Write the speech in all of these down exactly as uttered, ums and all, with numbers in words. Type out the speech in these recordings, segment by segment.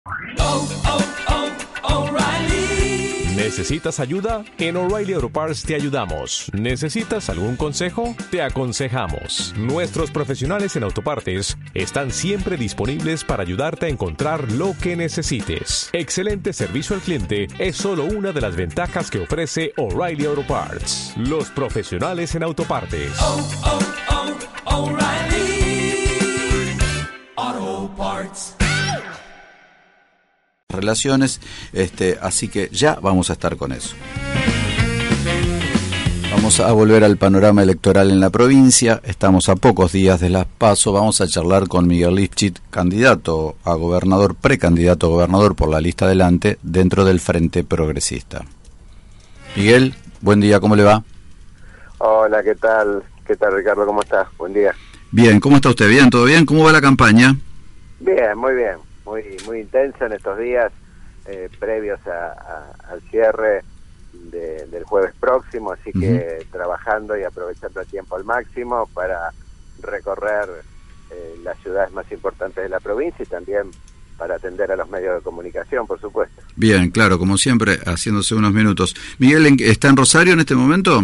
Oh, oh, oh, O'Reilly. ¿Necesitas ayuda? En O'Reilly Auto Parts te ayudamos. ¿Necesitas algún consejo? Te aconsejamos. Nuestros profesionales en autopartes están siempre disponibles para ayudarte a encontrar lo que necesites. Excelente servicio al cliente es solo una de las ventajas que ofrece O'Reilly Auto Parts. Los profesionales en autopartes. Oh, oh, oh, O'Reilly Auto Parts. Relaciones, este, así que ya vamos a estar con eso. Vamos a volver al panorama electoral en la provincia. Estamos a pocos días de las PASO. Vamos a charlar con Miguel Lifchit, candidato a gobernador, precandidato a gobernador por la lista Adelante dentro del Frente Progresista. Miguel, buen día, ¿cómo le va? Hola, ¿qué tal? ¿Qué tal, Ricardo? ¿Cómo estás? Buen día. Bien, ¿cómo está usted? ¿Bien? ¿Todo bien? ¿Cómo va la campaña? Bien, muy bien. Muy muy intensa en estos días eh, previos a, a, al cierre de, del jueves próximo, así uh-huh. que trabajando y aprovechando el tiempo al máximo para recorrer eh, las ciudades más importantes de la provincia y también para atender a los medios de comunicación, por supuesto. Bien, claro, como siempre, haciéndose unos minutos. Miguel, ¿está en Rosario en este momento?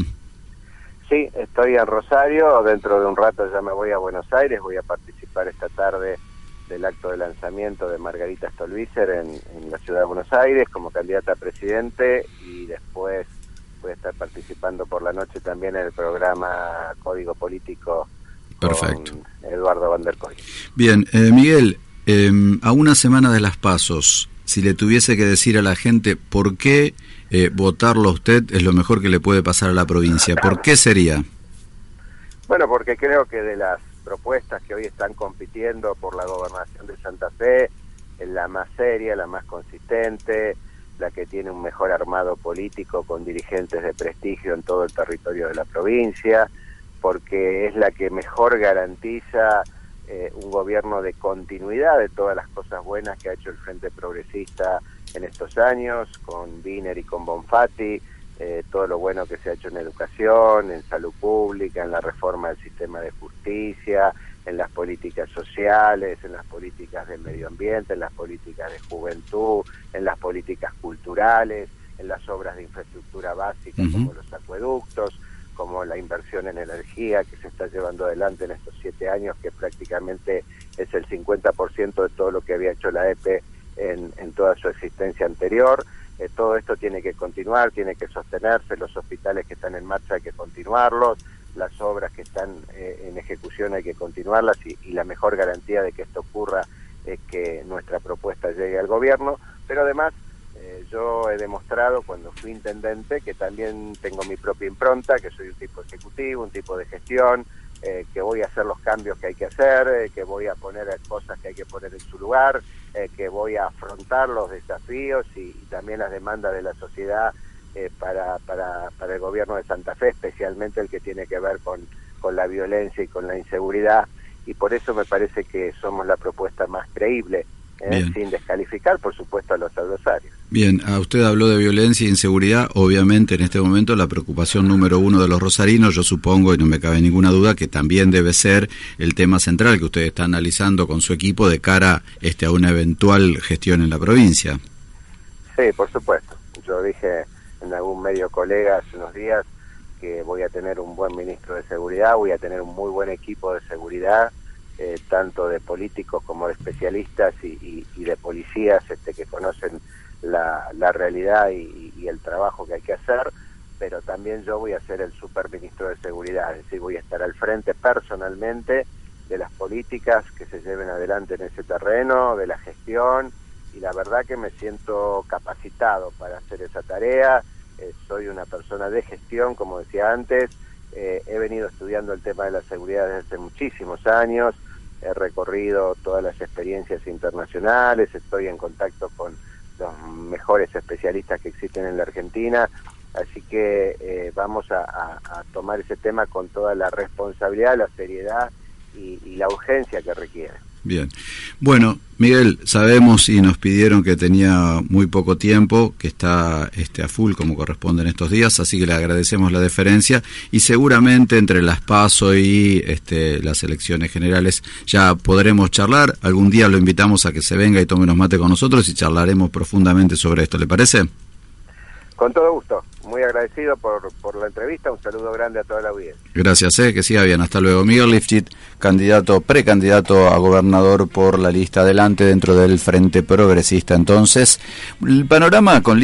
Sí, estoy en Rosario, dentro de un rato ya me voy a Buenos Aires, voy a participar esta tarde del acto de lanzamiento de Margarita Stolbizer en, en la ciudad de Buenos Aires como candidata a presidente, y después voy a estar participando por la noche también en el programa Código Político. Perfecto. Con Eduardo Van der Kooi. Bien, eh, Miguel, eh, a una semana de las PASOs, si le tuviese que decir a la gente por qué eh, votarlo a usted es lo mejor que le puede pasar a la provincia, ¿por qué sería? Bueno, porque creo que de las propuestas que hoy están compitiendo por la gobernación de Santa Fe, es la más seria, la más consistente, la que tiene un mejor armado político con dirigentes de prestigio en todo el territorio de la provincia, porque es la que mejor garantiza eh, un gobierno de continuidad de todas las cosas buenas que ha hecho el Frente Progresista en estos años, con Wiener y con Bonfatti, Eh, todo lo bueno que se ha hecho en educación, en salud pública, en la reforma del sistema de justicia, en las políticas sociales, en las políticas del medio ambiente, en las políticas de juventud, en las políticas culturales, en las obras de infraestructura básica uh-huh. como los acueductos, como la inversión en energía que se está llevando adelante en estos siete años, que prácticamente es el cincuenta por ciento de todo lo que había hecho la E P E en, en toda su existencia anterior. Eh, todo esto tiene que continuar, tiene que sostenerse, los hospitales que están en marcha hay que continuarlos, las obras que están eh, en ejecución hay que continuarlas, y, y la mejor garantía de que esto ocurra es que nuestra propuesta llegue al gobierno. Pero además eh, yo he demostrado cuando fui intendente que también tengo mi propia impronta, que soy un tipo ejecutivo, un tipo de gestión, eh, que voy a hacer los cambios que hay que hacer, eh, que voy a poner cosas que hay que poner en su lugar, eh, que voy a afrontar los desafíos y, y también las demandas de la sociedad eh, para, para, para el gobierno de Santa Fe, especialmente el que tiene que ver con, con la violencia y con la inseguridad, y por eso me parece que somos la propuesta más creíble, eh, sin descalificar, por supuesto, a los adversarios. Bien, a usted habló de violencia e inseguridad, obviamente en este momento la preocupación número uno de los rosarinos, yo supongo, y no me cabe ninguna duda, que también debe ser el tema central que usted está analizando con su equipo de cara este, a una eventual gestión en la provincia. Sí, por supuesto. Yo dije en algún medio colega hace unos días que voy a tener un buen ministro de seguridad, voy a tener un muy buen equipo de seguridad, eh, tanto de políticos como de especialistas y, y, y de policías este, que conocen La, la realidad y, y el trabajo que hay que hacer, pero también yo voy a ser el superministro de seguridad, es decir, voy a estar al frente personalmente de las políticas que se lleven adelante en ese terreno, de la gestión, y la verdad que me siento capacitado para hacer esa tarea. Eh, soy una persona de gestión, como decía antes, eh, he venido estudiando el tema de la seguridad desde hace muchísimos años, he recorrido todas las experiencias internacionales, estoy en contacto con los mejores especialistas que existen en la Argentina, así que eh, vamos a, a, a tomar ese tema con toda la responsabilidad, la seriedad y, y la urgencia que requiere. Bien. Bueno, Miguel, sabemos y nos pidieron que tenía muy poco tiempo, que está este, a full como corresponde en estos días, así que le agradecemos la deferencia y seguramente entre las PASO y este, las elecciones generales ya podremos charlar. Algún día lo invitamos a que se venga y tome unos mate con nosotros y charlaremos profundamente sobre esto, ¿le parece? Con todo gusto, muy agradecido por, por la entrevista, un saludo grande a toda la audiencia. Gracias, eh, que siga bien, hasta luego. Miguel Lifchit, candidato, precandidato a gobernador por la lista Adelante dentro del Frente Progresista. Entonces, el panorama con